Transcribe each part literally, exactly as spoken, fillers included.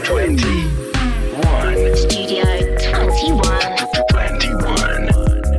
twenty-one. Studio twenty-one. twenty-one.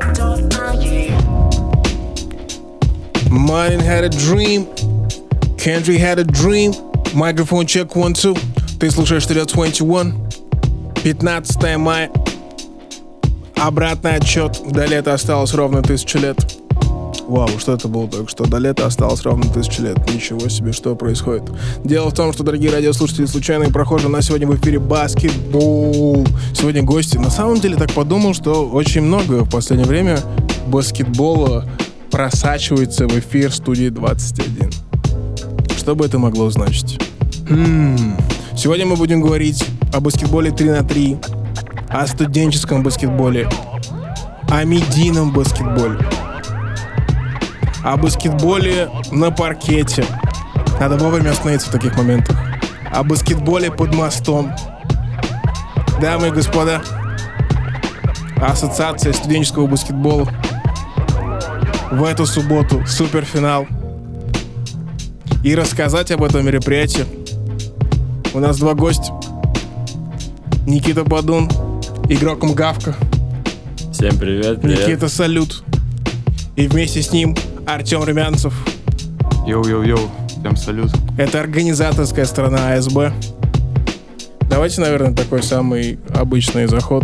Martin had a dream. Kendrick had a dream. Микрофон check one two. Ты слушаешь Studio двадцать один. пятнадцатое мая. Обратный отчет. До лета осталось ровно тысячу лет. Вау, что это было только что? До лета осталось ровно тысячу лет. Ничего себе, что происходит. Дело в том, что, дорогие радиослушатели, случайные прохожие, у нас сегодня в эфире баскетбол. Сегодня гости. На самом деле так подумал, что очень много в последнее время баскетбола просачивается в эфир студии двадцать один. Что бы это могло значить? М-м. Сегодня мы будем говорить о баскетболе три на три, о студенческом баскетболе, о медийном баскетболе, о баскетболе на паркете. Надо вовремя остановиться в таких моментах. О баскетболе под мостом. Дамы и господа, Ассоциация студенческого баскетбола. В эту субботу суперфинал. И рассказать об этом мероприятии у нас два гостя. Никита Бадун, игрок МГАВКа. Всем привет, привет. Никита, салют. И вместе с ним Артем Румянцев. Йоу-йоу-йоу, всем салют. Это организаторская сторона АСБ. Давайте, наверное, такой самый обычный заход.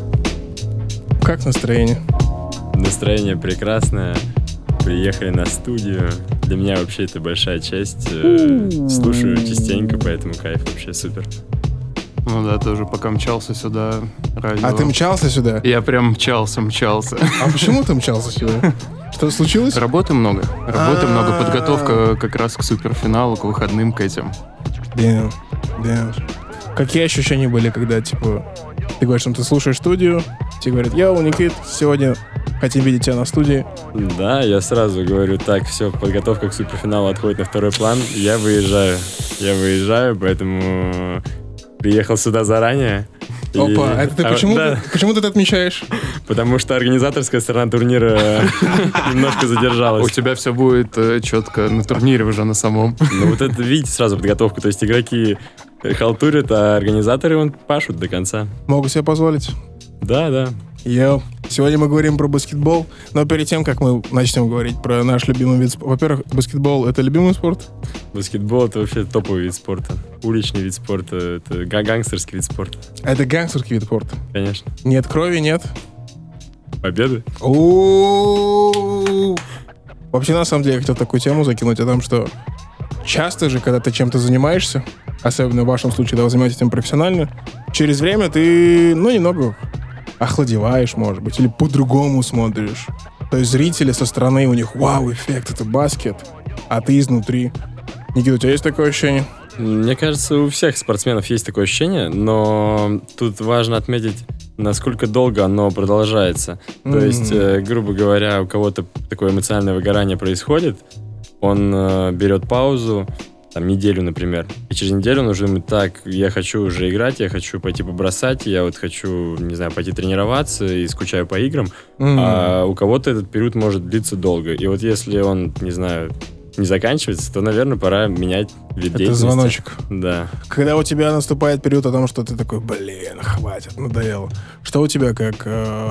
Как настроение? Настроение прекрасное. Приехали на студию. Для меня вообще это большая честь. Слушаю частенько, поэтому кайф, вообще супер. Ну да, тоже пока мчался сюда. Радио. А ты мчался сюда? Я прям мчался, мчался. А почему ты мчался сюда? Что случилось? Работы много. Работы много. Подготовка как раз к суперфиналу, к выходным, к этим. Damn, damn. Какие ощущения были, когда, типа, ты говоришь, что ты слушаешь студию, тебе говорят: йоу, Никит, сегодня хотим видеть тебя на студии. Да, я сразу говорю: так, все, подготовка к суперфиналу отходит на второй план. Я выезжаю. Я выезжаю, поэтому приехал сюда заранее. Опа, и... это ты а, почему, да. ты, почему ты это отмечаешь? Потому что организаторская сторона турнира немножко задержалась. У тебя все будет четко на турнире уже на самом. Ну вот это, видите, сразу подготовку. То есть игроки халтурят, а организаторы вон пашут до конца. Могу себе позволить. Да, да. Йоу. Сегодня мы говорим про баскетбол, но перед тем, как мы начнем говорить про наш любимый вид спорта... Во-первых, баскетбол — это любимый спорт? Баскетбол — это вообще топовый вид спорта. Уличный вид спорта, это гангстерский вид спорта. Это гангстерский вид спорта? Конечно. Нет крови, нет? Победы? У-у-у. Вообще, на самом деле, я хотел такую тему закинуть о том, что часто же, когда ты чем-то занимаешься, особенно в вашем случае, когда вы занимаетесь этим профессионально, через время ты, ну, немного охладеваешь, может быть, или по-другому смотришь. То есть зрители со стороны, у них вау, эффект, это баскет, а ты изнутри. Никита, у тебя есть такое ощущение? Мне кажется, у всех спортсменов есть такое ощущение, но тут важно отметить, насколько долго оно продолжается. Mm-hmm. То есть, э, грубо говоря, у кого-то такое эмоциональное выгорание происходит, он э, берет паузу, там, неделю, например, и через неделю он уже думает: так, я хочу уже играть, я хочу пойти побросать, я вот хочу, не знаю, пойти тренироваться и скучаю по играм, mm-hmm. а у кого-то этот период может длиться долго. И вот если он, не знаю, не заканчивается, то, наверное, пора менять вид Это деятельности. звоночек. Да. Когда у тебя наступает период о том, что ты такой: блин, хватит, надоело. Что у тебя как,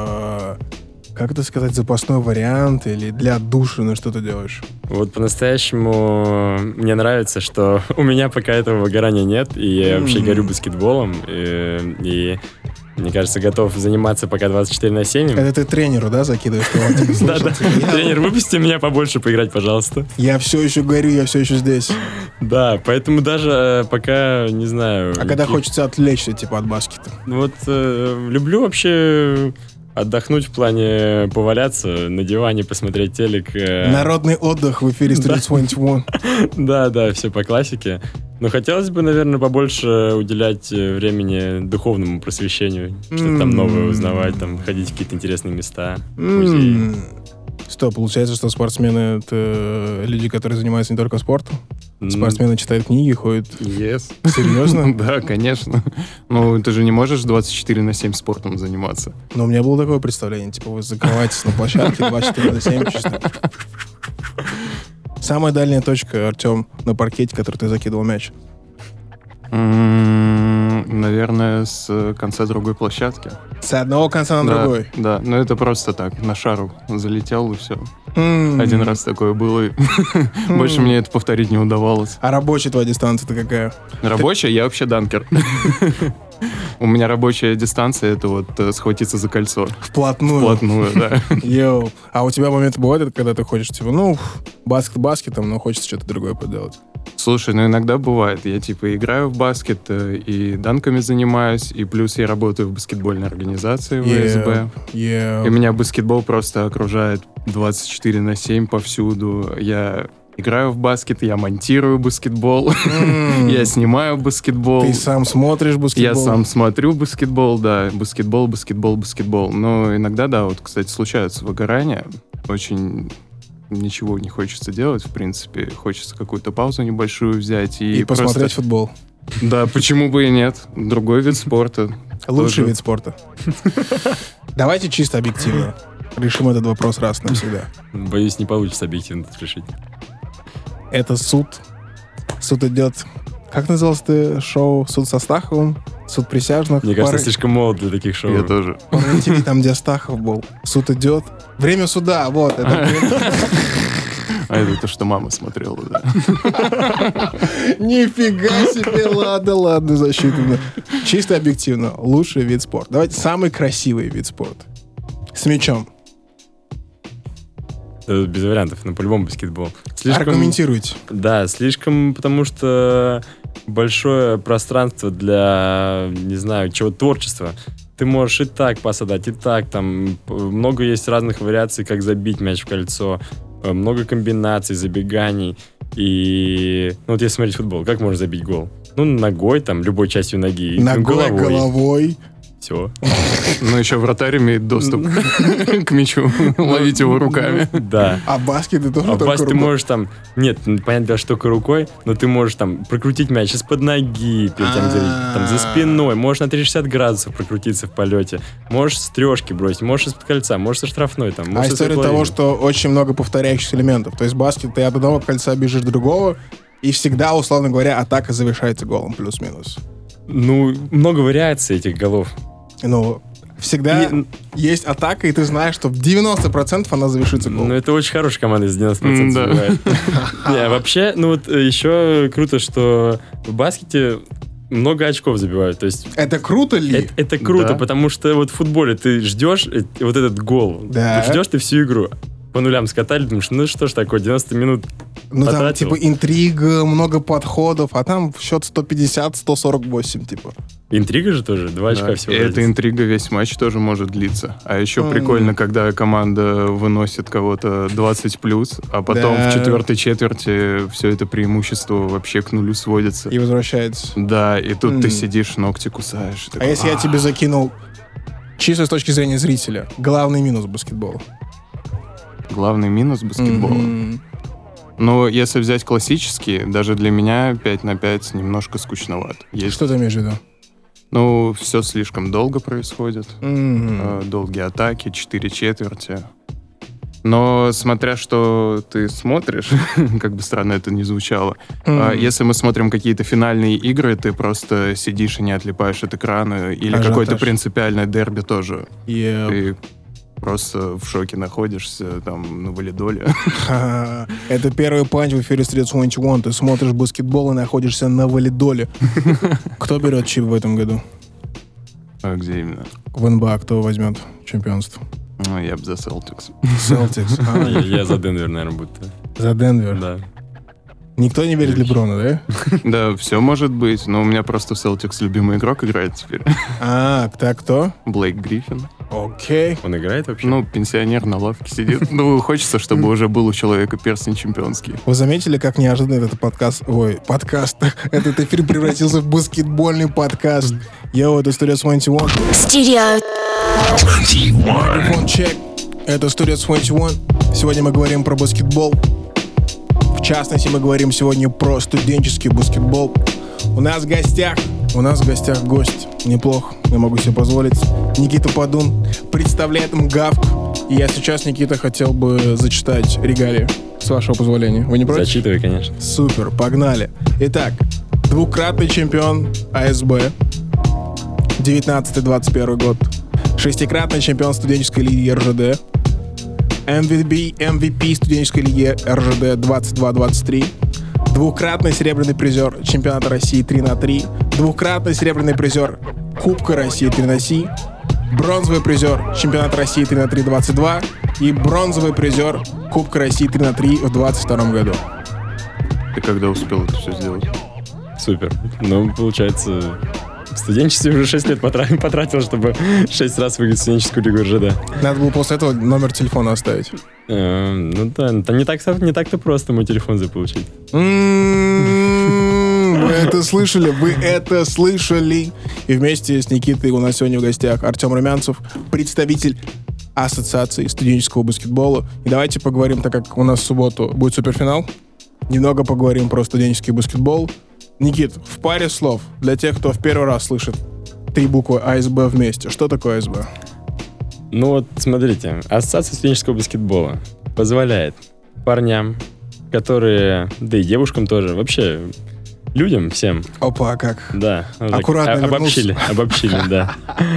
э, как это сказать, запасной вариант или для отдушины, что ты делаешь? Вот по-настоящему мне нравится, что у меня пока этого выгорания нет, и я mm-hmm. вообще горю баскетболом, и, и мне кажется, готов заниматься пока двадцать четыре на семь. Это ты тренеру, да, закидываешь? Да-да. Тренер, выпусти меня побольше поиграть, пожалуйста. Я все еще горю, я все еще здесь. Да, поэтому даже пока, не знаю... А когда хочется отвлечься, типа, от баскета? Вот люблю вообще... отдохнуть в плане поваляться на диване, посмотреть телек. Народный отдых в эфире Studio двадцать один. Да, да, все по классике. Но хотелось бы, наверное, побольше уделять времени духовному просвещению. Что-то там новое узнавать, там ходить в какие-то интересные места, музеи. Что, получается, что спортсмены — это люди, которые занимаются не только спортом? Спортсмены читают книги, ходят... Yes. Серьезно? Да, конечно. Ну, ты же не можешь двадцать четыре на семь спортом заниматься. Но у меня было такое представление. Типа, вы закрываетесь на площадке двадцать четыре на семь чисто. Самая дальняя точка, Артем, на паркете, который ты закидывал мяч. М, Наверное, с конца другой площадки. С одного конца на Да, другой. да, но это просто так, на шару залетел и все. М. Один раз такое было, и больше мне это повторить не удавалось. А рабочая твоя дистанция-то какая? Рабочая, я вообще данкер. У меня рабочая дистанция — это вот э, схватиться за кольцо. Вплотную. Вплотную, да. Йоу. А у тебя моменты бывают, когда ты хочешь, типа, ну, баскет баскетом, но хочется что-то другое поделать? Слушай, ну иногда бывает. Я типа играю в баскет э, и данками занимаюсь, и плюс я работаю в баскетбольной организации в ВСБ. Yeah. И меня баскетбол просто окружает двадцать четыре на семь повсюду. Я играю в баскет, я монтирую баскетбол, М. я снимаю баскетбол. Ты сам смотришь баскетбол? Я сам смотрю баскетбол, да, баскетбол, баскетбол, баскетбол. Но иногда, да, вот, кстати, случаются выгорания. Очень ничего не хочется делать, в принципе. Хочется какую-то паузу небольшую взять. И, И посмотреть просто... футбол. Да, почему бы и нет. Другой вид спорта. Лучший Тоже. вид спорта. Давайте чисто объективно решим этот вопрос раз и навсегда. Боюсь, не получится объективно это решить. Это суд. Суд идет... Как называлось это шоу? Суд со Стаховым? Суд присяжных? Мне кажется, Пары- слишком молод для таких шоу. Я тоже. Параллель, там, где Стахов был. Суд идет. Время суда, вот. Это... А это то, что мама смотрела, да. Нифига себе, ладно, ладно, засчитано. Чисто объективно. Лучший вид спорта. Давайте самый красивый вид спорта. С мячом. Э, Без вариантов, но по-любому баскетбол. Слишком... Аргументируйте. Да, слишком, потому что большое пространство для, не знаю, чего творчества. Ты можешь и так посадать, и так. Там много есть разных вариаций, как забить мяч в кольцо. э, Много комбинаций, забеганий. И ну, вот если смотреть футбол, как можно забить гол? Ну, ногой, там, любой частью ноги. и Ногой, головой. головой. Все. Но еще вратарь имеет доступ к мячу. Ловить его руками. Да. А баскет ты тоже А в только бас ты рукой? можешь там... Нет, ну, понятно, что только рукой, но ты можешь там прокрутить мяч из-под ноги, перед тем, как забить, там за спиной, можешь на триста шестьдесят градусов прокрутиться в полете, можешь с трешки бросить, можешь из-под кольца, можешь со штрафной. Там, А можешь со история своей того, половины. что очень много повторяющихся элементов. То есть баскет, ты от одного кольца бежишь другого, и всегда, условно говоря, атака завершается голом, плюс-минус. Ну, много вариаций этих голов. Ну, всегда И- есть атака, и ты знаешь, что в девяносто процентов она завершится голом. Ну, это очень хорошая команда из девяносто процентов М, да. забивает. Не, вообще, ну вот э, еще круто, что в баскете много очков забивают. То есть Это круто ли? это, это круто, Да. потому что вот в футболе ты ждешь э, вот этот гол. Да. Вот ждешь ты всю игру. По нулям скатали, думаешь, ну что ж такое, девяносто минут. Ну, там, потратил. типа, интрига, много подходов, а там счет сто пятьдесят сто сорок восемь, типа. Интрига же тоже, два очка Да. всего. И эта разница. интрига весь матч тоже может длиться. А еще М. прикольно, когда команда выносит кого-то двадцать плюс, а потом Да. в четвертой четверти все это преимущество вообще к нулю сводится. И возвращается. Да, и тут М. ты сидишь, ногти кусаешь. А такой, если я «А». тебе закинул, чисто с точки зрения зрителя, главный минус баскетбола? Главный минус баскетбола. Мгм. Но если взять классические, даже для меня пять на пять немножко скучновато. Есть, Что ты имеешь в виду? ну, все слишком долго происходит. Мгм. Э, Долгие атаки, четыре четверти. Но смотря что ты смотришь, как бы странно это ни звучало, а Мгм. если мы смотрим какие-то финальные игры, ты просто сидишь и не отлипаешь от экрана, или Ажиотаж. какое-то принципиальное дерби тоже. Еп. Ты просто в шоке находишься, там, на валидоле. Ха-ха. Это первый панч в эфире Street двадцать один. Ты смотришь баскетбол и находишься на валидоле. Кто берет чип в этом году? А где именно? В эн бэ а кто возьмет чемпионство? Ну, я бы за Celtics. Celtics. А, Я, я за Денвер, наверное, буду. за Денвер. Да. Никто не верит в Леброна, да? Да, все может быть, но у меня просто в Celtics любимый игрок играет теперь. А, так кто? Блейк Гриффин. Окей. Он играет вообще? Ну, пенсионер на лавке сидит. Ну, хочется, чтобы уже был у человека перстень чемпионский. Вы заметили, как неожиданно этот подкаст... Ой, подкаст. Этот эфир превратился в баскетбольный подкаст. Йоу, это Studio двадцать один. Studio Микрофон чек. Это Studio двадцать один. Сегодня мы говорим про баскетбол. В частности, мы говорим сегодня про студенческий баскетбол. У нас в гостях, у нас в гостях гость. Неплохо, я могу себе позволить. Никита Падун представляет МГАВК. И я сейчас, Никита, хотел бы зачитать регалии, с вашего позволения. Вы не против? Зачитывай, конечно. Супер, погнали. Итак, двукратный чемпион АСБ, девятнадцатый двадцать первый год, шестикратный чемпион студенческой лиги РЖД, эм ви пи, эм ви пи студенческой лиги РЖД двадцать два двадцать три, двукратный серебряный призер чемпионата России три на три, двукратный серебряный призер Кубка России три на три, бронзовый призер чемпионата России три на три двадцать два и бронзовый призер Кубка России три на три в двадцать втором году. Ты когда успел это все сделать? Супер. Ну, получается, в студенчестве уже шесть лет потратил, потратил, чтобы шесть раз выиграть студенческую лигу РЖД. Надо было после этого номер телефона оставить. Э, ну да, это не, так, не так-то просто мой телефон заполучить. М-м-м, Вы это слышали? Вы это слышали? И вместе с Никитой у нас сегодня в гостях Артем Румянцев, представитель Ассоциации студенческого баскетбола. И давайте поговорим, так как у нас в субботу будет суперфинал, немного поговорим про студенческий баскетбол. Никит, в паре слов для тех, кто в первый раз слышит три буквы АСБ вместе. Что такое АСБ? Ну вот, смотрите, Ассоциация студенческого баскетбола позволяет парням, которые, да и девушкам тоже, вообще людям всем. Опа, как? Да. Вот так, Аккуратно а- обобщили, обобщили, да.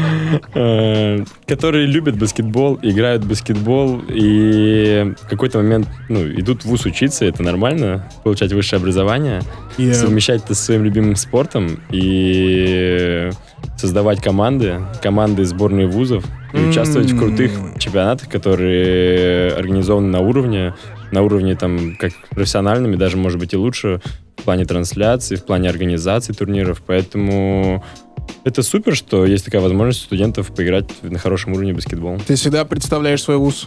Э, Которые любят баскетбол, играют в баскетбол и в какой-то момент, ну, идут в вуз учиться, это нормально, получать высшее образование, Yeah. совмещать это со своим любимым спортом и создавать команды, команды сборные вузов и М. участвовать в крутых чемпионатах, которые организованы на уровне, на уровне там как профессиональными, даже может быть и лучше в плане трансляции, в плане организации турниров, поэтому это супер, что есть такая возможность у студентов поиграть на хорошем уровне баскетбол. Ты всегда представляешь свой вуз?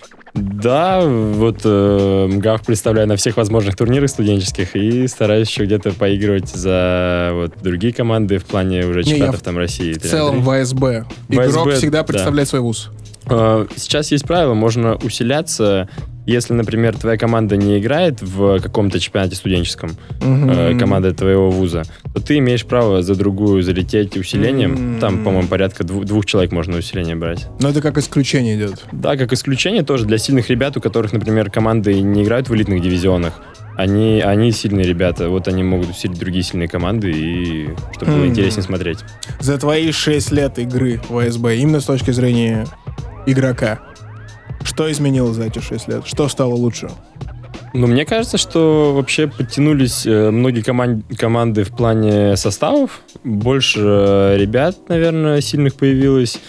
Да, вот э, МГАВ представляю на всех возможных турнирах студенческих и стараюсь еще где-то поигрывать за вот другие команды в плане уже Не, чемпионатов я в- там России. В целом в АСБ. В Игрок АСБ, всегда да. представляет свой вуз. Э, Сейчас есть правило, можно усиляться, если, например, твоя команда не играет в каком-то чемпионате студенческом, э, команда твоего вуза, то ты имеешь право за другую залететь усилением. М. Там, по-моему, порядка двух, двух человек можно усиление брать. Но это как исключение идет. Да, как исключение тоже для сильных ребят, у которых, например, команды не играют в элитных дивизионах. Они, они сильные ребята, вот они могут усилить другие сильные команды, и чтобы было Хм. интереснее смотреть. За твои шесть лет игры в АСБ, именно с точки зрения игрока, что изменилось за эти шесть лет? Что стало лучше? Ну, мне кажется, что вообще подтянулись э, многие коман- команды в плане составов. Больше э, ребят, наверное, сильных появилось.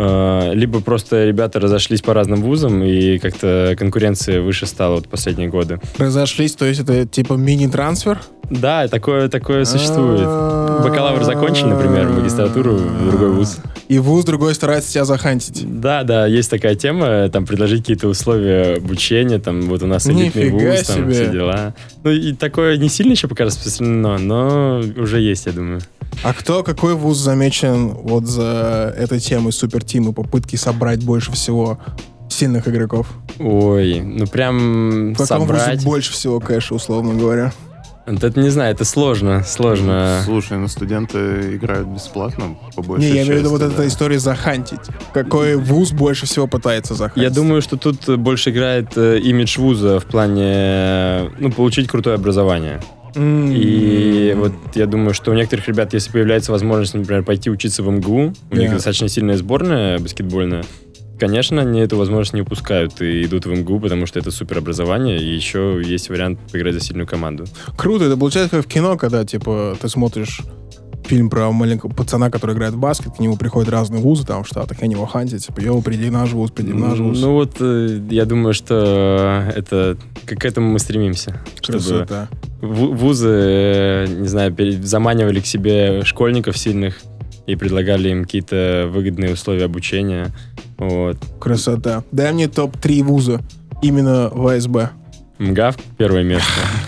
Э, либо просто ребята разошлись по разным вузам, и как-то конкуренция выше стала вот последние годы. Разошлись, то есть это типа мини-трансфер? Да, такое, такое существует. Бакалавр закончили, например, магистратуру в другой вуз. И вуз другой старается тебя захантить. Да, да, есть такая тема, там, предложить какие-то условия обучения, там, вот у нас элитный Нифига вуз, там, себе. все дела. Ну, и такое не сильно еще пока распространено, но уже есть, я думаю. А кто, какой вуз замечен вот за этой темой супертима, попытки собрать больше всего сильных игроков? Ой, ну, прям В каком собрать... вузе больше всего кэша, условно говоря? Вот это не знаю, это сложно, сложно. Слушай, ну студенты играют бесплатно, по большей Не, я части. имею в виду вот да. эта история захантить. Какой вуз больше всего пытается захантить? Я думаю, что тут больше играет э, имидж вуза в плане, э, ну, получить крутое образование. М. И вот я думаю, что у некоторых ребят, если появляется возможность, например, пойти учиться в МГУ, у них Да. достаточно сильная сборная баскетбольная, конечно, они эту возможность не упускают и идут в МГУ, потому что это суперобразование, и еще есть вариант поиграть за сильную команду. Круто, это получается как в кино, когда, типа, ты смотришь фильм про маленького пацана, который играет в баскет, к нему приходят разные вузы там в Штатах, и они его хантят, типа, йоу, приди в наш вуз, приди в наш вуз. Ну вот, э, я думаю, что это к к этому мы стремимся. Чтобы Красота. ву- вузы, э, не знаю, пере- заманивали к себе школьников сильных и предлагали им какие-то выгодные условия обучения. Вот. Красота. Дай мне топ три вуза именно в АСБ. МГАВ первое место.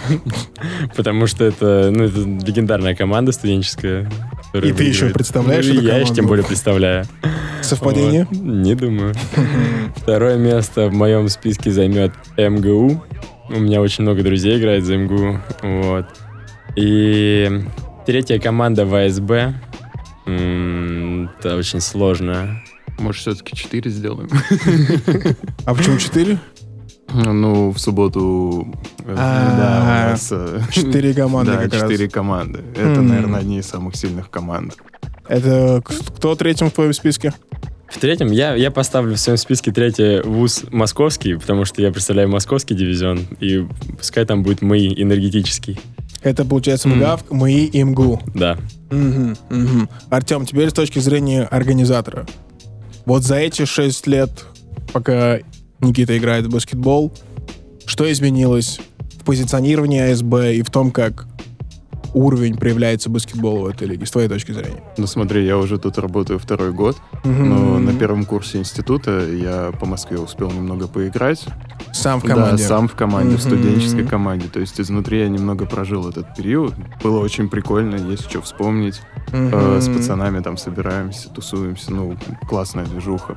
Потому что это, ну, это легендарная команда студенческая. которая И ты еще выигрывает. представляешь Ну, и эту я еще команду? тем более представляю. Совпадение? Вот. Не думаю. Второе место в моем списке займет МГУ. У меня очень много друзей играет за МГУ. Вот. И третья команда в АСБ. М, Это очень сложно. Может, все-таки четыре сделаем? А почему четыре? Ну, в субботу... э, Да, у нас... э, Четыре команды Да, как раз. четыре команды. Это, М. наверное, одни из самых сильных команд. Это к- кто третьим в твоем списке? В третьем я, я поставлю в своем списке третий вуз московский, потому что я представляю московский дивизион, и пускай там будет МАИ энергетический. Это, получается, М. МГАВ, МАИ и МГУ. Да. Мгм, мгм. Артем, теперь с точки зрения организатора. Вот за эти шесть лет, пока Никита играет в баскетбол, что изменилось в позиционировании АСБ и в том, как уровень проявляется баскетбола в этой лиге, с твоей точки зрения? Ну, смотри, я уже тут работаю второй год, Мгм. но на первом курсе института я по Москве успел немного поиграть. Сам в команде. Да, сам в команде, в Мгм. студенческой команде. То есть изнутри я немного прожил этот период. Было очень прикольно, есть что вспомнить. Мгм. Э, С пацанами там собираемся, тусуемся. Ну, классная движуха.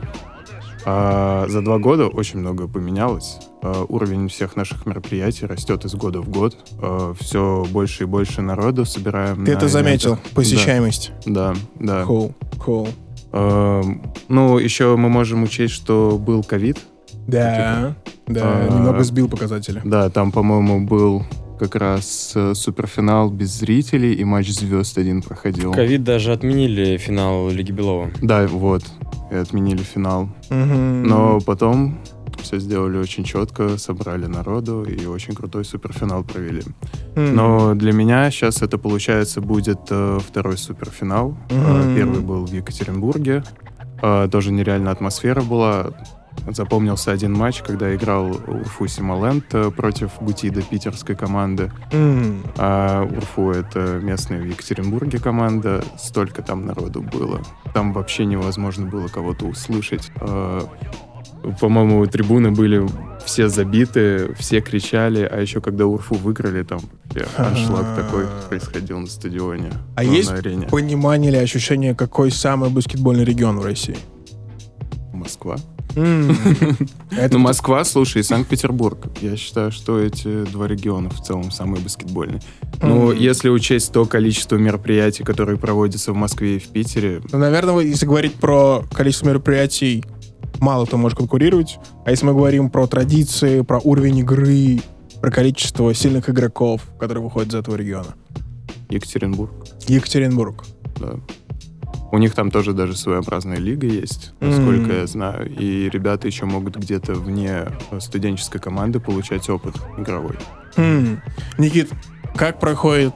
А за два года очень много поменялось. Э, Уровень всех наших мероприятий растет из года в год. Все больше и больше народу собираем. Ты на это заметил? ивентах. Посещаемость. Да, да. да. Cool, cool. Эм, Ну, еще мы можем учесть, что был ковид. Да, да, А, немного сбил показатели. Да, там, по-моему, был как раз э, суперфинал без зрителей, и матч звезд один проходил. Ковид даже отменили финал Лиги Белова. Да, вот, и отменили финал. Мгм. Но потом все сделали очень четко, собрали народу и очень крутой суперфинал провели. М. Но для меня сейчас это, получается, будет э, второй суперфинал. Э, Мгм. Первый был в Екатеринбурге. Э, Тоже нереальная атмосфера была. Запомнился один матч, когда играл Урфу Симоленд э, против Гутида, питерской команды. М. А Урфу — это местная в Екатеринбурге команда. Столько там народу было. Там вообще невозможно было кого-то услышать. А, По-моему, трибуны были все забиты, все кричали. А еще когда Урфу выиграли, там вообще аншлаг такой происходил на стадионе. А ну, есть на арене. понимание или ощущение, какой самый баскетбольный регион в России? Москва. М. Это Ну, Москва, слушай, и Санкт-Петербург. Я считаю, что эти два региона в целом самые баскетбольные. Ну, Мгм. если учесть то количество мероприятий, которые проводятся в Москве и в Питере, Ну, наверное, вот если говорить про количество мероприятий, мало кто может конкурировать. А если мы говорим про традиции, про уровень игры, про количество сильных игроков, которые выходят из этого региона. Екатеринбург, Екатеринбург. да. У них там тоже даже своеобразная лига есть, насколько М. я знаю. И ребята еще могут где-то вне э, студенческой команды получать опыт игровой. М. Никит, как проходит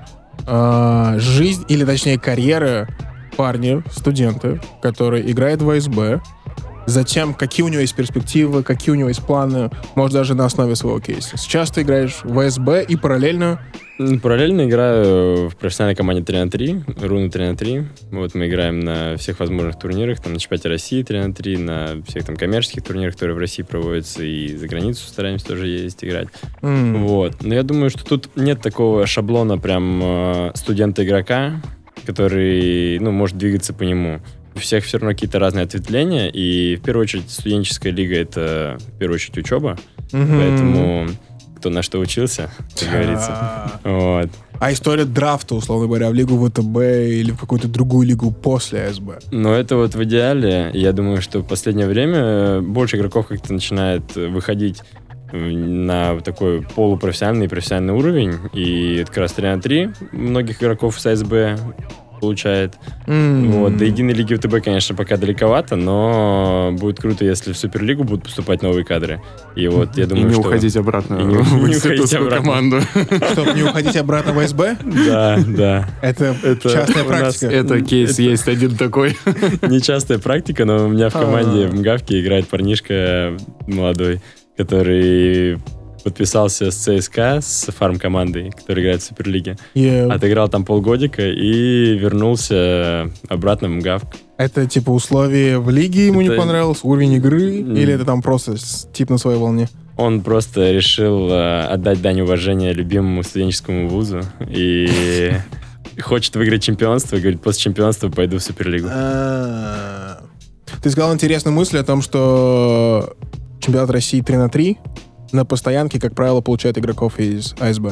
а, жизнь, или точнее карьера парня, студента, который играет в АСБ, затем какие у него есть перспективы, какие у него есть планы, может, даже на основе своего кейса. Сейчас ты играешь в АСБ и параллельно... М, Параллельно играю в профессиональной команде три на три, Руна три на три. Вот мы играем на всех возможных турнирах, там на чемпионате России три на три, на всех там коммерческих турнирах, которые в России проводятся, и за границу стараемся тоже ездить играть. М. Вот. Но я думаю, что тут нет такого шаблона прям э, студента-игрока, который, ну, может двигаться по нему. У всех все равно какие-то разные ответвления, и в первую очередь студенческая лига — это в первую очередь учеба, Мгм. поэтому кто на что учился, как говорится. А, Вот. А история драфта, условно говоря, в лигу ВТБ или в какую-то другую лигу после АСБ? Но это вот в идеале. Я думаю, что в последнее время больше игроков как-то начинает выходить на такой полупрофессиональный и профессиональный уровень. И это как раз три на три многих игроков с АСБ получает. М. Вот. До единой лиги ВТБ, конечно, пока далековато, но будет круто, если в Суперлигу будут поступать новые кадры. И вот я И думаю, не что... уходить обратно И не- в не уходить институтскую обратно. команду. Чтобы не уходить обратно в АСБ? Да, да. Это, Это частная у нас практика. Это кейс есть один такой. Нечастая практика, но у меня в команде А. в МГАВке играет парнишка молодой, который подписался с ЦСКА, с фарм-командой, которая играет в Суперлиге. Yeah. Отыграл там полгодика и вернулся обратно в МГАВк. Это типа условия в лиге ему не Это- понравилось, уровень игры, М. или это там просто с- тип на своей волне? Он просто решил э, отдать дань уважения любимому студенческому вузу и хочет выиграть чемпионство. Говорит, после чемпионства пойду в Суперлигу. А. Ты сказал интересную мысль о том, что чемпионат России три на три на постоянке, как правило, получает игроков из АСБ.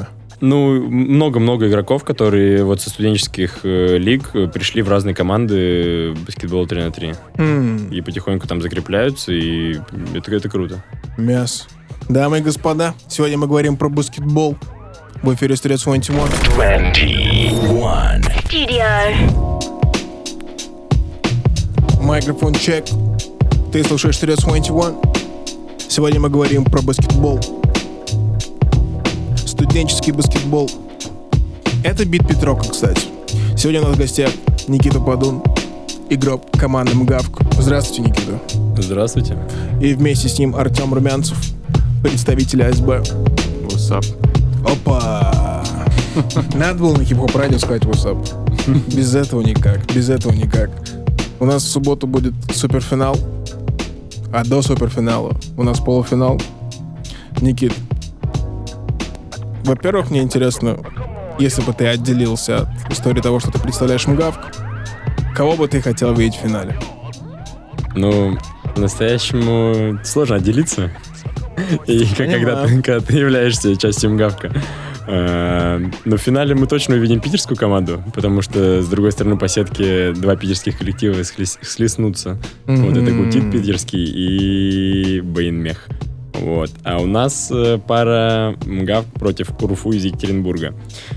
Ну, много-много игроков, которые вот со студенческих э, лиг пришли в разные команды баскетбола три на три. М, И потихоньку там закрепляются, и это, это круто. Мясо. Дамы и господа, сегодня мы говорим про баскетбол. В эфире Studio двадцать один. двадцать один. Studio. Микрофон чек. Ты слушаешь Studio двадцать один. Сегодня мы говорим про баскетбол. Студенческий баскетбол. Это бит Петрока, кстати. Сегодня у нас в гостях Никита Падун, игрок команды МГАВК. Здравствуйте, Никита. Здравствуйте. И вместе с ним Артем Румянцев, представитель АСБ. What's up? Опа! Надо было на хип-хоп радио сказать what's up. Без этого никак, без этого никак. У нас в субботу будет суперфинал, а до суперфинала у нас полуфинал. Никит, во-первых, мне интересно, если бы ты отделился от истории того, что ты представляешь МГАВК, кого бы ты хотел видеть в финале? Ну, по-настоящему сложно отделиться. И как- когда, ты, когда ты являешься частью МГАВКа. А, Но в финале мы точно увидим питерскую команду, потому что, с другой стороны, по сетке два питерских коллектива схлес- схлестнутся. Вот это Гутит питерский и Бейнмех. Вот. А у нас э, пара МГАВК против УРФУ из Екатеринбурга.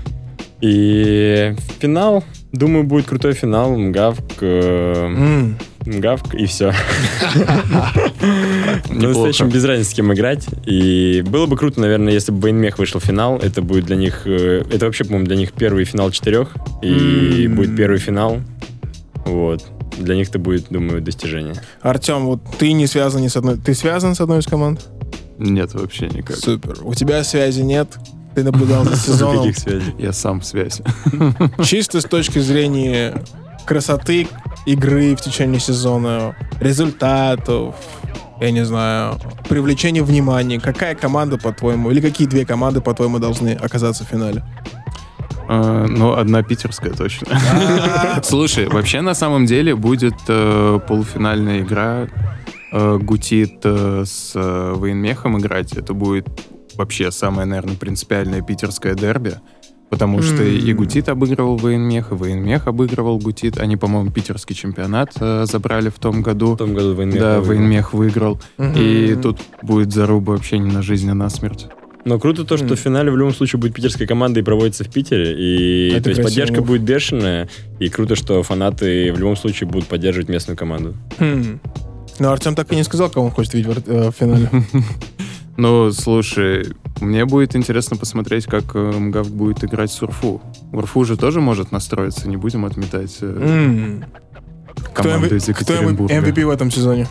И финал, думаю, будет крутой финал. МГАВК, э, М, МГАВК и все. По-настоящему без разницы, с кем играть. И было бы круто, наверное, если бы Бейнмех вышел в финал. Это будет для них... э, Это вообще, по-моему, для них первый финал четырех. И М. будет первый финал. Вот. Для них это будет, думаю, достижение. Артем, вот ты не связан ни с одной... Ты связан с одной из команд? Нет, вообще никак. Супер. У тебя связи нет? Ты наблюдал за сезоном? Никаких связей. Я сам в связи. Чисто с точки зрения красоты игры в течение сезона, результатов, я не знаю, привлечения внимания, какая команда, по-твоему, или какие две команды, по-твоему, должны оказаться в финале? А, Ну, одна питерская точно. Слушай, вообще на самом деле будет э, полуфинальная игра. э, Гутит э, с э, Военмехом играть. Это будет вообще самое, наверное, принципиальное питерское дерби. Потому что и Гутит обыгрывал Военмех, и Военмех обыгрывал Гутит. Они, по-моему, питерский чемпионат э, забрали в том году. В том году Военмех Да, выиграл. Военмех выиграл. И тут будет заруба вообще не на жизнь, а на смерть. Но круто то, что в финале в любом случае будет питерская команда и проводится в Питере. И Это то есть красиво. поддержка будет бешеная. И круто, что фанаты в любом случае будут поддерживать местную команду. Хм. Ну, Артем так и не сказал, кого он хочет видеть в, ар- э, в финале. Ну, слушай, мне будет интересно посмотреть, как э, МГАВК будет играть с УРФУ. УРФУ же тоже может настроиться, не будем отметать э, М. Кто команду эм ви- из кто эм ви- Екатеринбурга. эм ви пи в этом сезоне?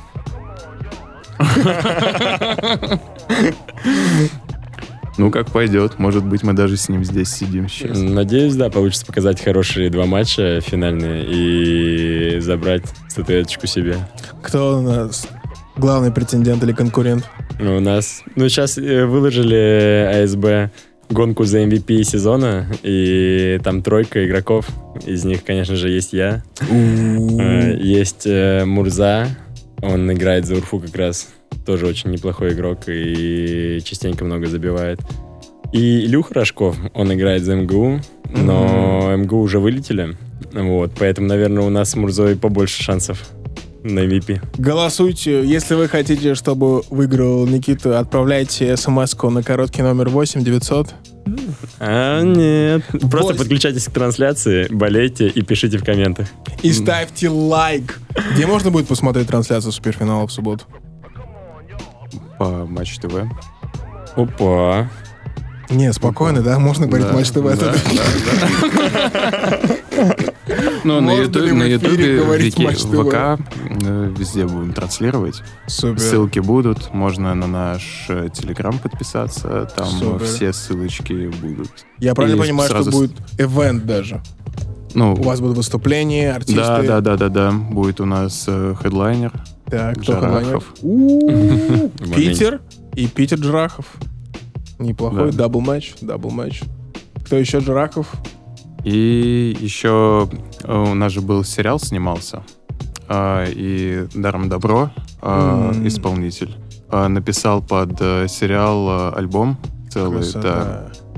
Ну, как пойдет. Может быть, мы даже с ним здесь сидим сейчас. Надеюсь, да, получится показать хорошие два матча финальные и забрать статуэточку себе. Кто у нас главный претендент или конкурент? Ну, у нас... Ну, сейчас э, выложили АСБ гонку за эм ви пи сезона, и там тройка игроков. Из них, конечно же, есть я. Э, Есть э, Мурза. Он играет за УРФУ как раз. Тоже очень неплохой игрок и частенько много забивает. И Илюха Рожков, он играет за МГУ, но МГУ уже вылетели. Вот, поэтому, наверное, у нас с Мурзой побольше шансов на эм ви пи. Голосуйте. Если вы хотите, чтобы выиграл Никита, отправляйте смс-ку на короткий номер восемь девятьсот. А, нет. Просто Восемь. подключайтесь к трансляции, болейте и пишите в комментах. И ставьте лайк. Где можно будет посмотреть трансляцию суперфинала в субботу? По Матч ТВ. Опа. Не, спокойно, да? Можно говорить Да, Матч ТВ. да, да, да. Ну, на Можно Ютубе, ли в на эфире Ютубе, говорить Вики- Матч ТВ? ВК, э, везде будем транслировать. Супер. Ссылки будут. Можно на наш э, Телеграм подписаться. Там э, Супер. все ссылочки будут. Я правильно И понимаю, что сразу с- будет ивент даже? Ну, У вас будут выступления, артисты? да, да, да, да, да. Будет у нас э, хедлайнер. Так, кто Джарахов. хедлайнер? У-у-у. В моменте. Питер и Питер Джарахов. Неплохой Да. дабл матч, дабл матч. Кто еще Джарахов? И еще э, у нас же был сериал снимался. э, И Даром Добро, э, М. исполнитель, э, написал под э, сериал э, альбом целый. Да. Красота.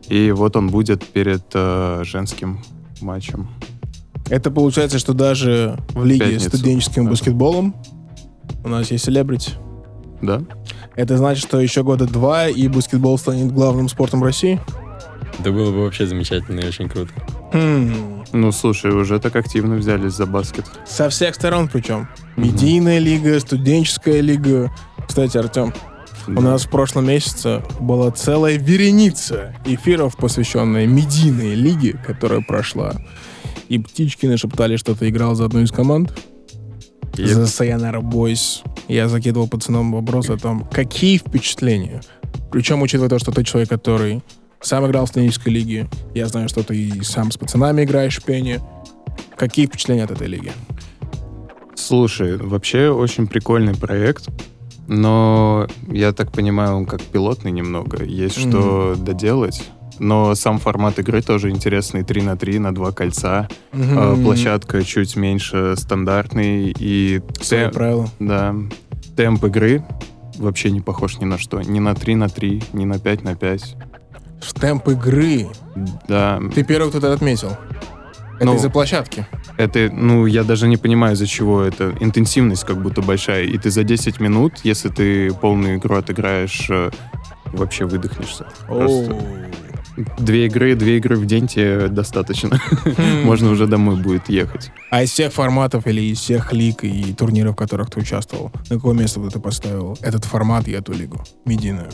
И вот он будет перед э, женским матчем. Это получается, что даже в лиге Пятницу. студенческим Да. баскетболом у нас есть селебрити. Да? Это значит, что еще года два, и баскетбол станет главным спортом России? Это было бы вообще замечательно и очень круто. Хм. Ну, слушай, уже так активно взялись за баскет. Со всех сторон причем. Медийная лига, студенческая лига. Кстати, Артем, у Да. нас в прошлом месяце была целая вереница эфиров, посвященная медийной лиге, которая прошла. И птички нашептали, что ты играл за одну из команд. И За Sayonara Boys. Я закидывал пацанам вопрос о том, какие впечатления. Причем, учитывая то, что ты человек, который сам играл в студенческой лиге, я знаю, что ты и сам с пацанами играешь в пене. Какие впечатления от этой лиги? Слушай, вообще очень прикольный проект, но я так понимаю, он как пилотный немного. Есть Мгм. что доделать. Но сам формат игры тоже интересный. три на три, на два кольца. Э, Площадка чуть меньше стандартный. И Свои те- правила. да, темп игры вообще не похож ни на что. Ни на три на три, ни на пять на пять. В темп игры. Да, Ты первый, кто это отметил. Это Ну, из-за площадки. это, ну, я даже не понимаю, из-за чего это. Интенсивность как будто большая. И ты за десять минут, если ты полную игру отыграешь, э, вообще выдохнешься. Просто. Две игры, две игры в день тебе достаточно. Можно уже домой будет ехать. А из всех форматов или из всех лиг и турниров, в которых ты участвовал, на какое место бы ты поставил этот формат и эту лигу? Медийную.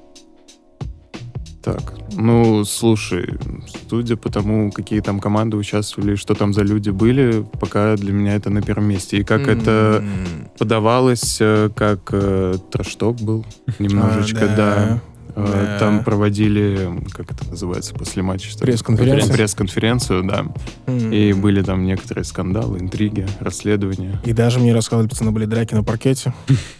Так, ну, слушай, судя по тому, какие там команды участвовали, что там за люди были, пока для меня это на первом месте. И как это М. подавалось, э, как э, трэш-ток был немножечко, А, да. да. Э, Да. Там проводили, как это называется, после матча? что ли? Пресс-конференцию? Пресс-конференцию, да. М. И были там некоторые скандалы, интриги, расследования. И даже мне рассказывали, пацаны, были драки на паркете.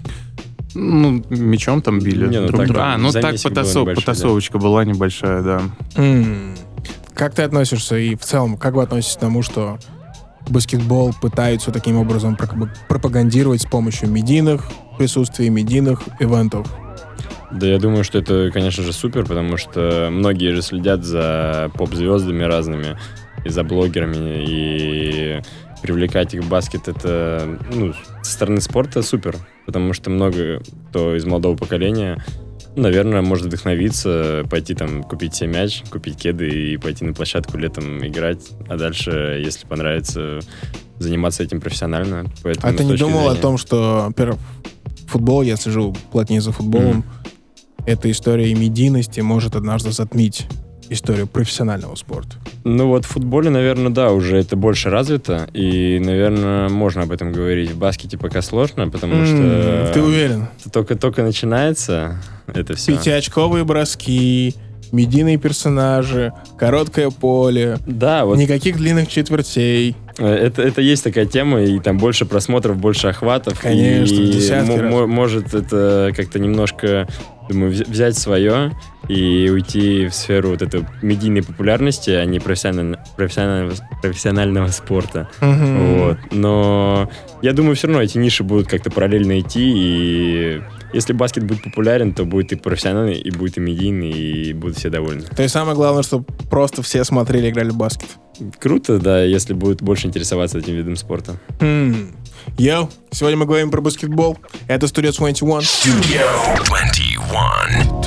Ну, мечом там били Не, ну друг так, друга. А, ну так замесик был потасов- небольшой, да. потасовочка была небольшая, да. М. Как ты относишься и в целом, как вы относитесь к тому, что баскетбол пытаются таким образом прок- пропагандировать с помощью медийных присутствий, медийных ивентов? Да, я думаю, что это, конечно же, супер, потому что многие же следят за поп-звездами разными, и за блогерами, и привлекать их в баскет, это, ну, со стороны спорта супер, потому что много кто из молодого поколения, ну, наверное, может вдохновиться, пойти там купить себе мяч, купить кеды и пойти на площадку летом играть, а дальше, если понравится, заниматься этим профессионально. Поэтому А ты с не точки думал о зрения- том, что, во-первых, футбол, я сижу плотнее за футболом, эта история медийности может однажды затмить историю профессионального спорта? Ну вот в футболе, наверное, да, уже это больше развито, и, наверное, можно об этом говорить. В баскете пока сложно, потому М, что Ты уверен? только-только начинается это все. Пятиочковые броски, медийные персонажи, короткое поле, Да, вот никаких длинных четвертей. э, это, это есть такая тема, и там больше просмотров, больше охватов. Конечно, и десятки мо- раз. мо- может это как-то немножко, думаю, вз- взять свое и уйти в сферу вот этой медийной популярности, а не профессионально- профессионального, профессионального спорта. Мгм. Вот. Но я думаю, все равно эти ниши будут как-то параллельно идти, и если баскет будет популярен, то будет и профессиональный, и будет и медийный, и будут все довольны. То есть самое главное, чтобы просто все смотрели и играли в баскет. Круто, да, если будут больше интересоваться этим видом спорта. Хм. Йоу, сегодня мы говорим про баскетбол. Это Studio двадцать один. Studio twenty-one.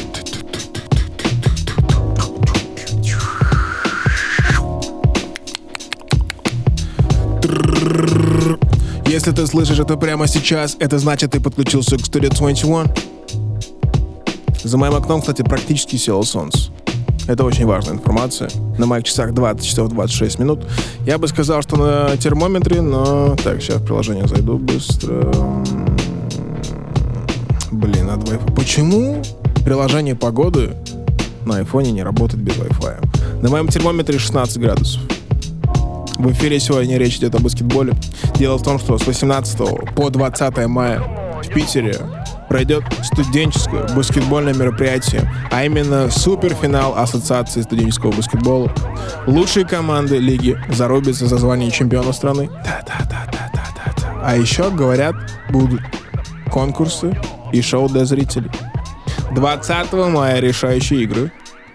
Если ты слышишь это прямо сейчас, это значит, ты подключился к Studio двадцать один. За моим окном, кстати, практически село солнце. Это очень важная информация. На моих часах двадцать часов двадцать шесть минут. Я бы сказал, что на термометре, но... Так, сейчас в приложение зайду быстро. Блин, надо Wi-Fi. Почему приложение погоды на айфоне не работает без Wi-Fi? На моем термометре шестнадцать градусов. В эфире сегодня речь идет о баскетболе. Дело в том, что с восемнадцатого по двадцатое мая в Питере пройдет студенческое баскетбольное мероприятие, а именно суперфинал Ассоциации студенческого баскетбола. Лучшие команды лиги зарубятся за звание чемпиона страны. Да-да-да-да-да-да. А еще, говорят, будут конкурсы и шоу для зрителей. двадцатого мая решающие игры.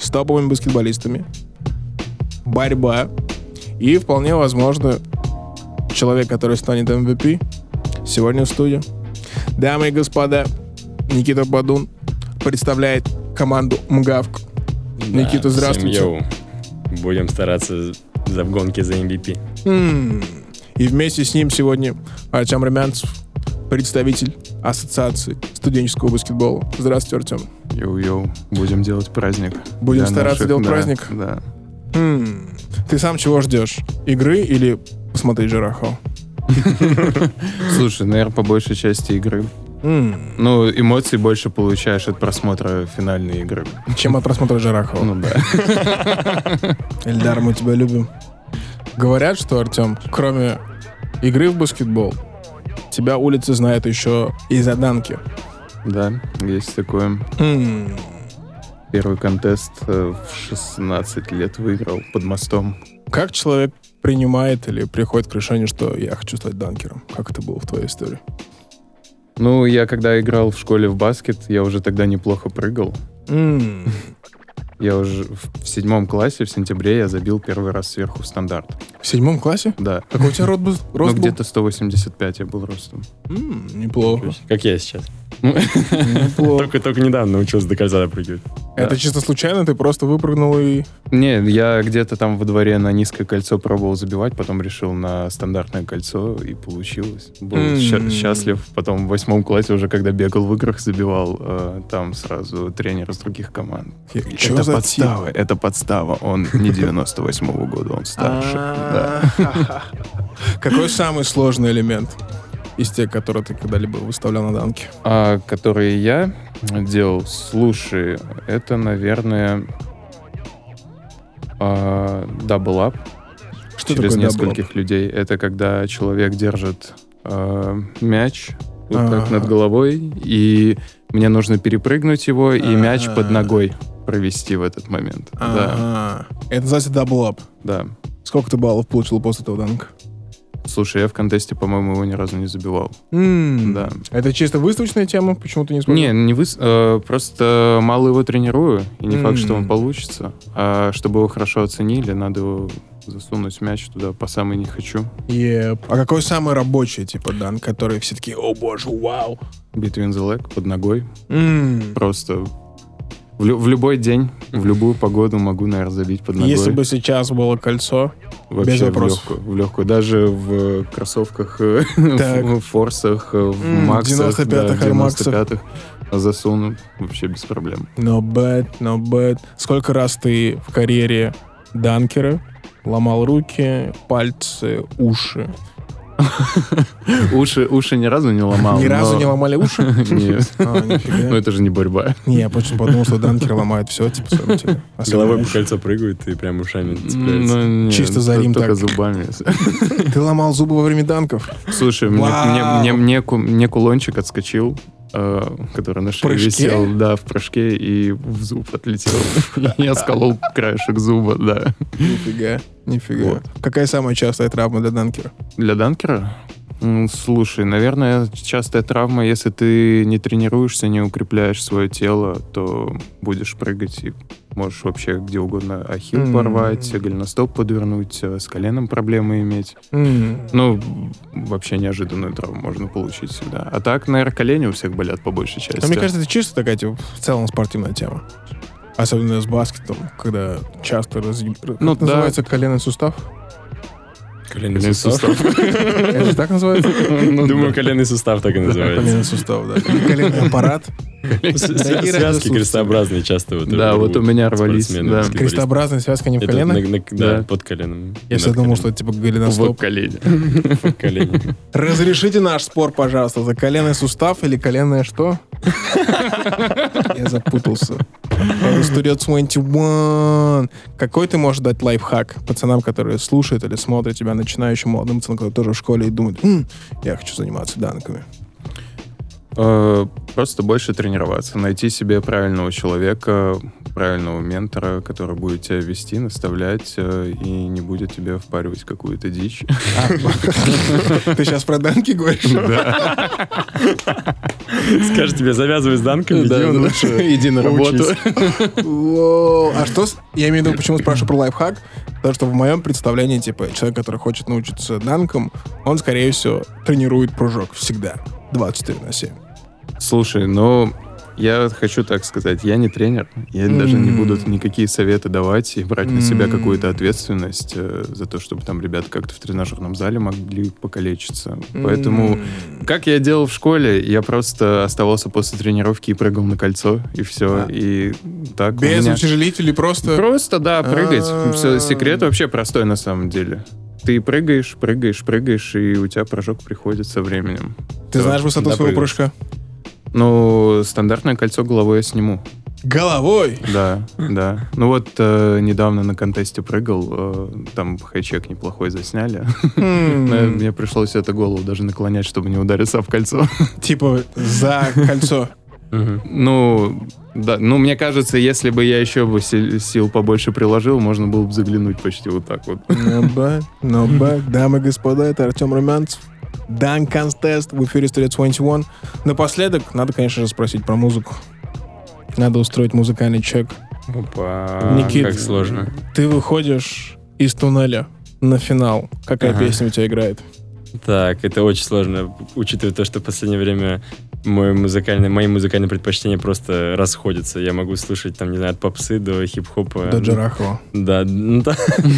с топовыми баскетболистами, борьба и, вполне возможно, человек, который станет эм ви пи, сегодня в студии. Дамы и господа, Никита Бадун представляет команду МГАВК. Да, Никита, здравствуйте. всем йоу. Будем стараться за в гонке за эм ви пи. М-м. И вместе с ним сегодня Артем Румянцев, представитель Ассоциации студенческого баскетбола. Здравствуйте, Артем. Йоу-йоу, будем делать праздник. Будем Для стараться наших, делать да, праздник? Да. М-м. Ты сам чего ждешь? Игры или посмотреть Жарахова? Слушай, наверное, по большей части игры. М. Ну, эмоций больше получаешь от просмотра финальной игры. Чем от просмотра Жарахова. Ну да. Эльдар, мы тебя любим. Говорят, что, Артем, кроме игры в баскетбол, тебя улица знает еще и за данки. Да, есть такое. М. Первый контест э, в шестнадцать лет выиграл под мостом. Как человек принимает или приходит к решению, что я хочу стать данкером? Как это было в твоей истории? Ну, я когда играл в школе в баскет, я уже тогда неплохо прыгал. М. Я уже в седьмом классе, в сентябре, я забил первый раз сверху в стандарт. В седьмом классе? Да. Какой у тебя рост был? Ну, Рост был? где-то сто восемьдесят пять я был ростом. М, неплохо. Как я сейчас. Неплохо. Только, только недавно научился до кольца допрыгивать. Это чисто случайно? Ты просто выпрыгнул и... Не, я где-то там во дворе на низкое кольцо пробовал забивать, потом решил на стандартное кольцо, и получилось. Был М. ща- счастлив. Потом в восьмом классе уже, когда бегал в играх, забивал, э, там сразу тренер из других команд. Чё это за подстава, тип? это подстава. Он не девяносто восьмого года, он старше. Да. А. Какой самый сложный элемент из тех, которые ты когда-либо выставлял на данке? А, которые я делал, слушай, это, наверное, дабл-ап. Что через такое нескольких людей. Это когда человек держит э, мяч вот так Ага. над головой, и мне нужно перепрыгнуть его, и мяч Ага. под ногой провести в этот момент. Да, Ага. Это называется даблап. да. Сколько ты баллов получил после этого данка? Слушай, я в контесте, по-моему, его ни разу не забивал. М. Да. Это чисто выставочная тема? Почему ты не смог? Не, не выс... э, просто мало его тренирую, и не факт, что М. он получится. А чтобы его хорошо оценили, надо его засунуть мяч туда по самой не хочу. Еп. А какой самый рабочий, типа, дан, который все такие, о боже, вау. Between the leg, под ногой. М. Просто в, лю- в любой день, в любую погоду могу, наверное, забить под ногой. Если бы сейчас было кольцо, Вообще без в вопросов. легкую, в легкую. Даже в кроссовках, э, Так. в форсах, э, в М, максах, девяносто пятых, да, Air Max'ах. девяносто пятых засуну вообще без проблем. no bad, no bad. Сколько раз ты в карьере данкера ломал руки, пальцы, уши? Уши, уши ни разу не ломал. Ни разу но- не ломали уши? Нет. А, нифига. Ну это же не борьба. Не, я почему подумал, что данкеры ломают все, типа, своим телом. Особенно Головой по уши. кольцу прыгают и прям ушами цепляются. Ну, нет, Чисто за т- рим только так. зубами. Ты ломал зубы во время данков? Слушай, мне, Вау. мне, мне, мне, ку- мне кулончик отскочил, э, который на шее прыжке? висел, да, в прыжке, и в зуб отлетел. Я сколол краешек зуба, да. Нифига, нифига. Вот. Какая самая частая травма для данкера? Для данкера? М, Слушай, наверное, частая травма, если ты не тренируешься, не укрепляешь свое тело, то будешь прыгать и можешь вообще где угодно ахилл М. порвать, голеностоп подвернуть, э, с коленом проблемы иметь. М. Ну, вообще неожиданную травму можно получить всегда. А так, наверное, колени у всех болят по большей части. Но мне кажется, это чисто такая, типа, в целом спортивная тема. Особенно с баскетом, когда часто разъеб... Ну, как да. называется коленный сустав? Коленный Коленный сустав. Это же так называется? Думаю, коленный сустав так и называется. Коленный сустав, да. Или коленный аппарат. С- Дорогие Связки радиослушатели. крестообразные часто вот Да, вот рвут у меня рвались, спортсмены, да. баскетболисты. Крестообразная связка не в Это колено? на- на- Да, Да. под коленом. Я всегда Над думал, коленом. что это типа В голеностоп. колени. Под коленем. Разрешите наш спор, пожалуйста, за коленный сустав или коленное что? Я запутался. Студия двадцать один. Какой ты можешь дать лайфхак пацанам, которые слушают или смотрят тебя, начинающим молодым пацанам, которые тоже в школе и думают, «М, я хочу заниматься данками». Э, Просто больше тренироваться, найти себе правильного человека, правильного ментора, который будет тебя вести, наставлять э, и не будет тебе впаривать какую-то дичь. Ты сейчас про данки говоришь? Да. Скажет тебе, завязывай с данками, Да, иди он лучше лучше иди на работу. Воу. А что... с- Я имею в виду, почему спрашиваю про лайфхак? Потому что в моем представлении, типа, человек, который хочет научиться данкам, он, скорее всего, тренирует прыжок всегда. двадцать четыре на семь. Слушай, ну, я хочу так сказать, я не тренер, я даже не буду никакие советы давать и брать на себя какую-то ответственность э, за то, чтобы там ребята как-то в тренажерном зале могли покалечиться. Поэтому, как я делал в школе, я просто оставался после тренировки и прыгал на кольцо, и все. А. И так у Без меня- утяжелителей просто... Просто, да, прыгать. А-а-а. Все, секрет вообще простой на самом деле. Ты прыгаешь, прыгаешь, прыгаешь, и у тебя прыжок приходит со временем. Ты знаешь высоту своего допрыгался. прыжка? Ну, стандартное кольцо головой я сниму. Головой? Да, да. Ну вот э, недавно на контесте прыгал, э, там хайчек неплохой засняли. Но Мне пришлось это голову даже наклонять, чтобы не удариться в кольцо. Типа за кольцо. Мгм. Ну, да, ну, мне кажется, если бы я еще бы сил, сил побольше приложил, можно было бы заглянуть почти вот так вот. No bad, no bad. Дамы и господа, это Артем Румянцев. Dunk Contest в эфире Studio двадцать один. Напоследок, надо, конечно же, спросить про музыку. Надо устроить музыкальный чек. Опа, Никит, как сложно. Ты выходишь из туннеля на финал. Какая Ага. песня у тебя играет? Так, это очень сложно, учитывая то, что в последнее время мой музыкальный, мои музыкальные предпочтения просто расходятся. Я могу слушать, там, не знаю, от попсы до хип-хопа. До Джарахова. Да, ну да.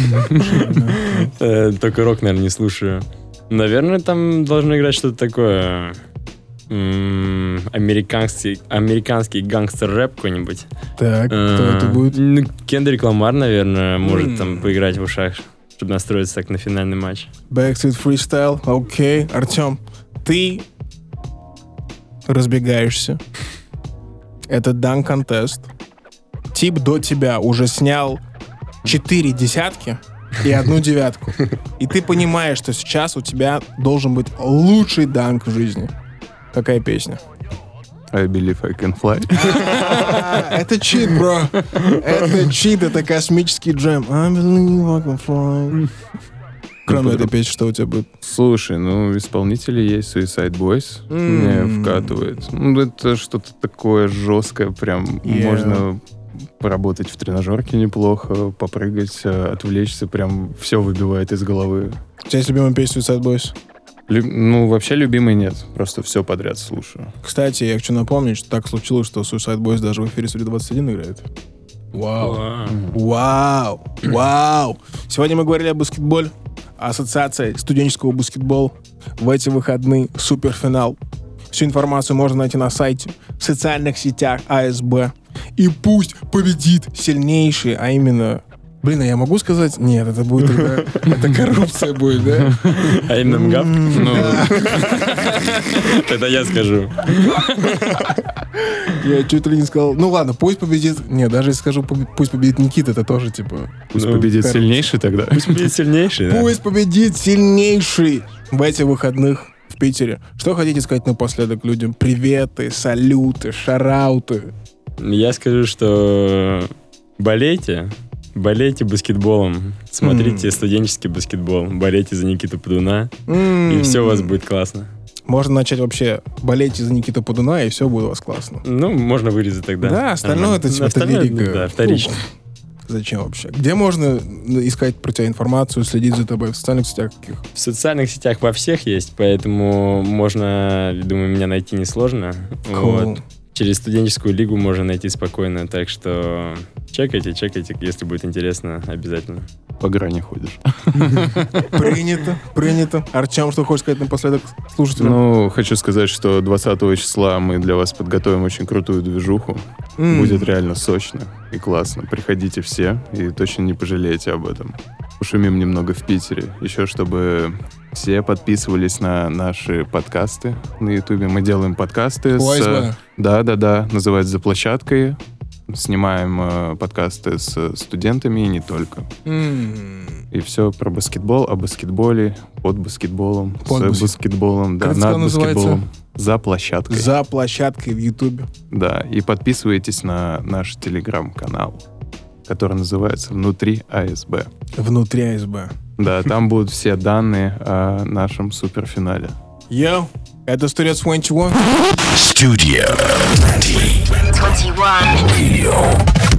Э, Только рок, наверное, не слушаю. Наверное, там должно играть что-то такое м, американский, американский гангстер-рэп какой-нибудь. Так, кто Э, это будет? ну, Кендрик Ламар, наверное, М. может там поиграть в ушах, чтобы настроиться так на финальный матч. Backstreet Freestyle. Окей. Артем, ты разбегаешься. Это Dunk Contest. Тип до тебя уже снял четыре десятки и одну девятку. И ты понимаешь, что сейчас у тебя должен быть лучший данк в жизни. Какая песня? I believe I can fly. А, Это чит, бро. Это чит, это космический джем. I believe I can fly. Кроме этой песни, что у тебя будет? Слушай, ну, исполнители есть, Suicide Boys мне вкатывает. Ну, это что-то такое жесткое, прям Yeah. можно поработать в тренажерке неплохо, попрыгать, э, отвлечься, прям все выбивает из головы. У тебя есть любимая песня Suicide Boys? Лю- ну, вообще любимый нет, просто все подряд слушаю. Кстати, я хочу напомнить, что так случилось, что Suicide Boys даже в эфире Studio двадцать один играет. Вау. Вау. Вау. Вау. Сегодня мы говорили о баскетболе. Ассоциация студенческого баскетбола. В эти выходные суперфинал. Всю информацию можно найти на сайте, в социальных сетях АСБ. И пусть победит сильнейший, а именно... Блин, а я могу сказать? Нет, это будет тогда... Это коррупция будет, да? А именно МГАП? Ну, Тогда я скажу. Я чуть ли не сказал... Ну ладно, пусть победит... Нет, даже если скажу, пу- пусть победит Никита, это тоже типа... пусть Ну, победит короче. сильнейший тогда. Пусть будет сильнейший, да? Пусть победит сильнейший в эти выходных в Питере. Что хотите сказать напоследок людям? Приветы, салюты, шарауты. Я скажу, что болейте, болейте баскетболом, смотрите студенческий баскетбол, болейте за Никиту Подуна, и все у вас будет классно. Можно начать вообще болеть за Никиту Подуна, и все будет у вас классно. Ну, можно вырезать тогда. Да, остальное это, типа, это Остальное, лирика. Да, вторично. Зачем вообще? Где можно искать про тебя информацию, следить за тобой в социальных сетях каких? В социальных сетях во всех есть, поэтому можно, думаю, меня найти несложно. Cool. Вот. Через студенческую лигу можно найти спокойно, так что чекайте, чекайте, если будет интересно, обязательно. По грани ходишь. Принято, принято. Артем, что хочешь сказать напоследок слушателям? Ну, хочу сказать, что двадцатого числа мы для вас подготовим очень крутую движуху. М. Будет реально сочно и классно. Приходите все и точно не пожалеете об этом. Пошумим немного в Питере. Еще чтобы все подписывались на наши подкасты на Ютубе. Мы делаем подкасты У с... АСБ. Да-да-да, называется «За площадкой». Снимаем э, подкасты с студентами и не только. М. И все про баскетбол, о баскетболе, под баскетболом, Под с баскет- баскетболом, да, Как это над называется? баскетболом, за площадкой. За площадкой в Ютубе. Да, и подписывайтесь на наш телеграм-канал, который называется «Внутри АСБ». Внутри АСБ. Да, там будут все данные о нашем суперфинале. Йоу, это Studio двадцать один. Studio twenty twenty-one. Radio.